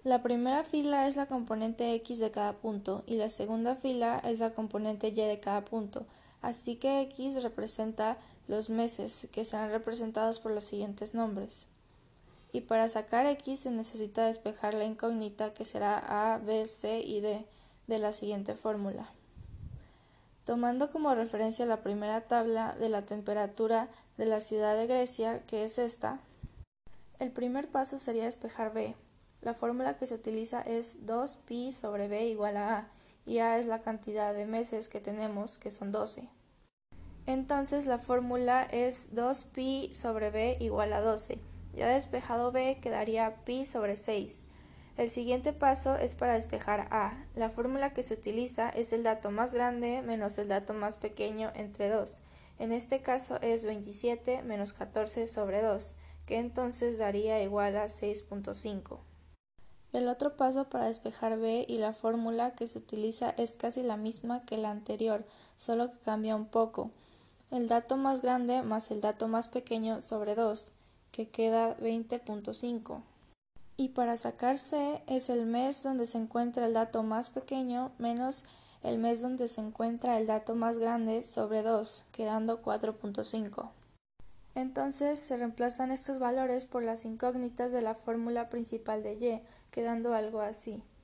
La primera fila es la componente x de cada punto y la segunda fila es la componente y de cada punto, así que x representa los meses, que serán representados por los siguientes nombres. Y para sacar x se necesita despejar la incógnita, que será a, b, c y d, de la siguiente fórmula. Tomando como referencia la primera tabla de la temperatura de la ciudad de Grecia, que es esta, el primer paso sería despejar b. La fórmula que se utiliza es 2pi sobre b igual a, y a es la cantidad de meses que tenemos, que son 12. Entonces la fórmula es 2pi sobre b igual a 12. Ya despejado b quedaría pi sobre 6. El siguiente paso es para despejar a. La fórmula que se utiliza es el dato más grande menos el dato más pequeño entre 2. En este caso es 27 menos 14 sobre 2, que entonces daría igual a 6.5. El otro paso para despejar b y la fórmula que se utiliza es casi la misma que la anterior, solo que cambia un poco. El dato más grande más el dato más pequeño sobre 2, que queda 20.5. Y para sacar c es el mes donde se encuentra el dato más pequeño menos el mes donde se encuentra el dato más grande sobre 2, quedando 4.5. Entonces se reemplazan estos valores por las incógnitas de la fórmula principal de y, quedando algo así.